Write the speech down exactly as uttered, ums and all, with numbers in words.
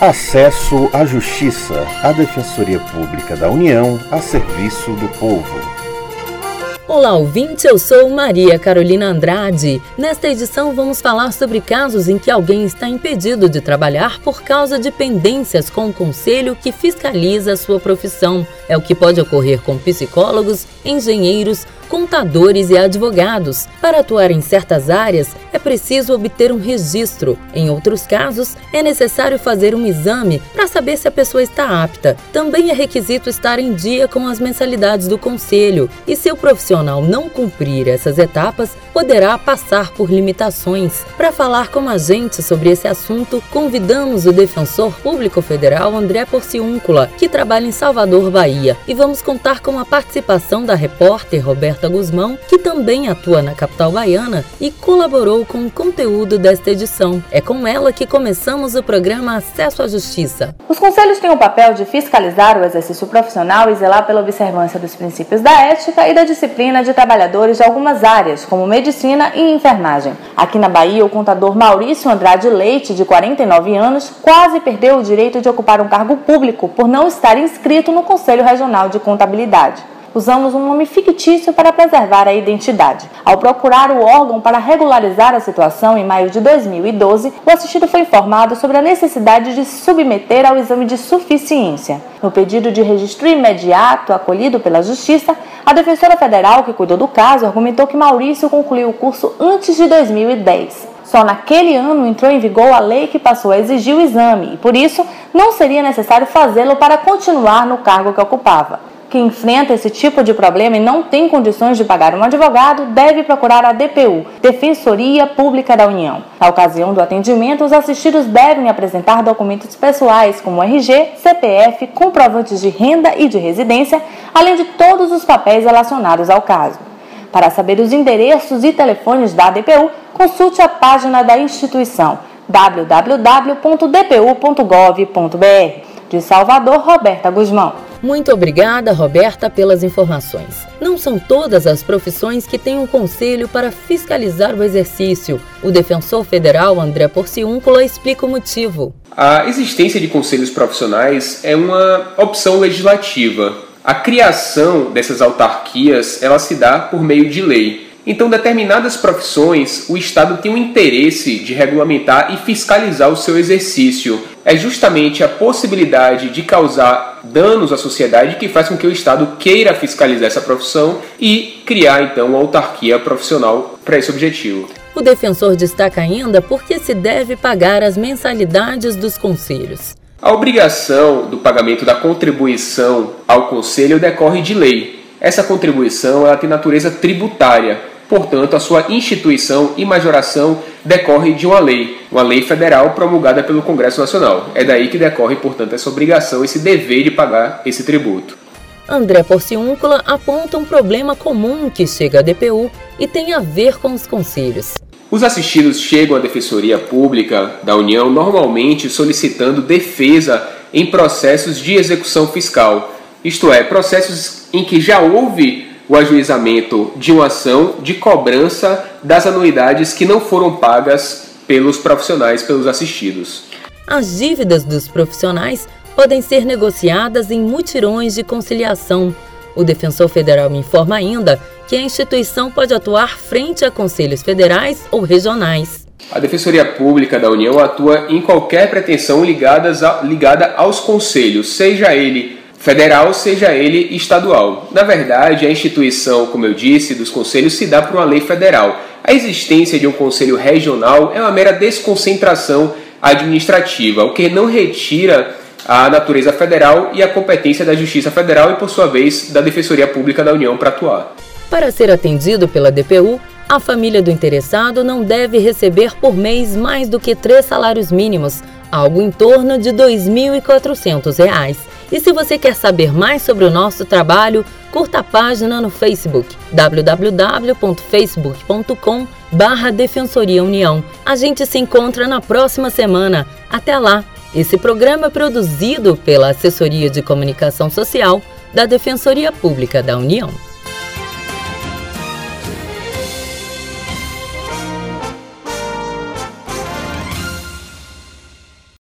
Acesso à Justiça, a Defensoria Pública da União a serviço do povo. Olá, ouvinte, eu sou Maria Carolina Andrade. Nesta edição vamos falar sobre casos em que alguém está impedido de trabalhar por causa de pendências com o conselho que fiscaliza a sua profissão. É o que pode ocorrer com psicólogos, engenheiros, contadores e advogados. Para atuar em certas áreas, é preciso obter um registro. Em outros casos, é necessário fazer um exame para saber se a pessoa está apta. Também é requisito estar em dia com as mensalidades do conselho. E se o profissional não cumprir essas etapas, poderá passar por limitações. Para falar com a gente sobre esse assunto, convidamos o Defensor Público Federal André Porciúncula, que trabalha em Salvador, Bahia. E vamos contar com a participação da repórter Roberta Guzmão, que também atua na capital baiana e colaborou com o conteúdo desta edição. É com ela que começamos o programa Acesso à Justiça. Os conselhos têm o papel de fiscalizar o exercício profissional e zelar pela observância dos princípios da ética e da disciplina de trabalhadores de algumas áreas, como medicina e enfermagem. Aqui na Bahia, o contador Maurício Andrade Leite, de quarenta e nove anos, quase perdeu o direito de ocupar um cargo público por não estar inscrito no Conselho Regional de Contabilidade. Usamos um nome fictício para preservar a identidade. Ao procurar o órgão para regularizar a situação em maio de dois mil e doze, o assistido foi informado sobre a necessidade de se submeter ao exame de suficiência. No pedido de registro imediato acolhido pela Justiça, a defensora federal que cuidou do caso argumentou que Maurício concluiu o curso antes de dois mil e dez. Só naquele ano entrou em vigor a lei que passou a exigir o exame e, por isso, não seria necessário fazê-lo para continuar no cargo que ocupava. Quem enfrenta esse tipo de problema e não tem condições de pagar um advogado deve procurar a D P U, Defensoria Pública da União. Na ocasião do atendimento, os assistidos devem apresentar documentos pessoais como R G, C P F, comprovantes de renda e de residência, além de todos os papéis relacionados ao caso. Para saber os endereços e telefones da D P U, consulte a página da instituição w w w ponto d p u ponto gov ponto b r. De Salvador, Roberta Guzmão. Muito obrigada, Roberta, pelas informações. Não são todas as profissões que têm um conselho para fiscalizar o exercício. O defensor federal André Porciúncula explica o motivo. A existência de conselhos profissionais é uma opção legislativa. A criação dessas autarquias ela se dá por meio de lei. Então, determinadas profissões, o Estado tem um interesse de regulamentar e fiscalizar o seu exercício. É justamente a possibilidade de causar danos à sociedade que faz com que o Estado queira fiscalizar essa profissão e criar, então, uma autarquia profissional para esse objetivo. O defensor destaca ainda por que se deve pagar as mensalidades dos conselhos. A obrigação do pagamento da contribuição ao conselho decorre de lei. Essa contribuição ela tem natureza tributária. Portanto, a sua instituição e majoração decorre de uma lei, uma lei federal promulgada pelo Congresso Nacional. É daí que decorre, portanto, essa obrigação, esse dever de pagar esse tributo. André Porciúncula aponta um problema comum que chega à D P U e tem a ver com os conselhos. Os assistidos chegam à Defensoria Pública da União normalmente solicitando defesa em processos de execução fiscal, isto é, processos em que já houve o ajuizamento de uma ação de cobrança das anuidades que não foram pagas pelos profissionais, pelos assistidos. As dívidas dos profissionais podem ser negociadas em mutirões de conciliação. O defensor federal informa ainda que a instituição pode atuar frente a conselhos federais ou regionais. A Defensoria Pública da União atua em qualquer pretensão ligadas a, ligada aos conselhos, seja ele federal, seja ele estadual. Na verdade, a instituição, como eu disse, dos conselhos se dá por uma lei federal. A existência de um conselho regional é uma mera desconcentração administrativa, o que não retira a natureza federal e a competência da Justiça Federal e, por sua vez, da Defensoria Pública da União para atuar. Para ser atendido pela D P U, a família do interessado não deve receber por mês mais do que três salários mínimos, algo em torno de dois mil e quatrocentos reais. E se você quer saber mais sobre o nosso trabalho, curta a página no Facebook, w w w ponto facebook ponto com barra Defensoria União. A gente se encontra na próxima semana. Até lá! Esse programa é produzido pela Assessoria de Comunicação Social da Defensoria Pública da União.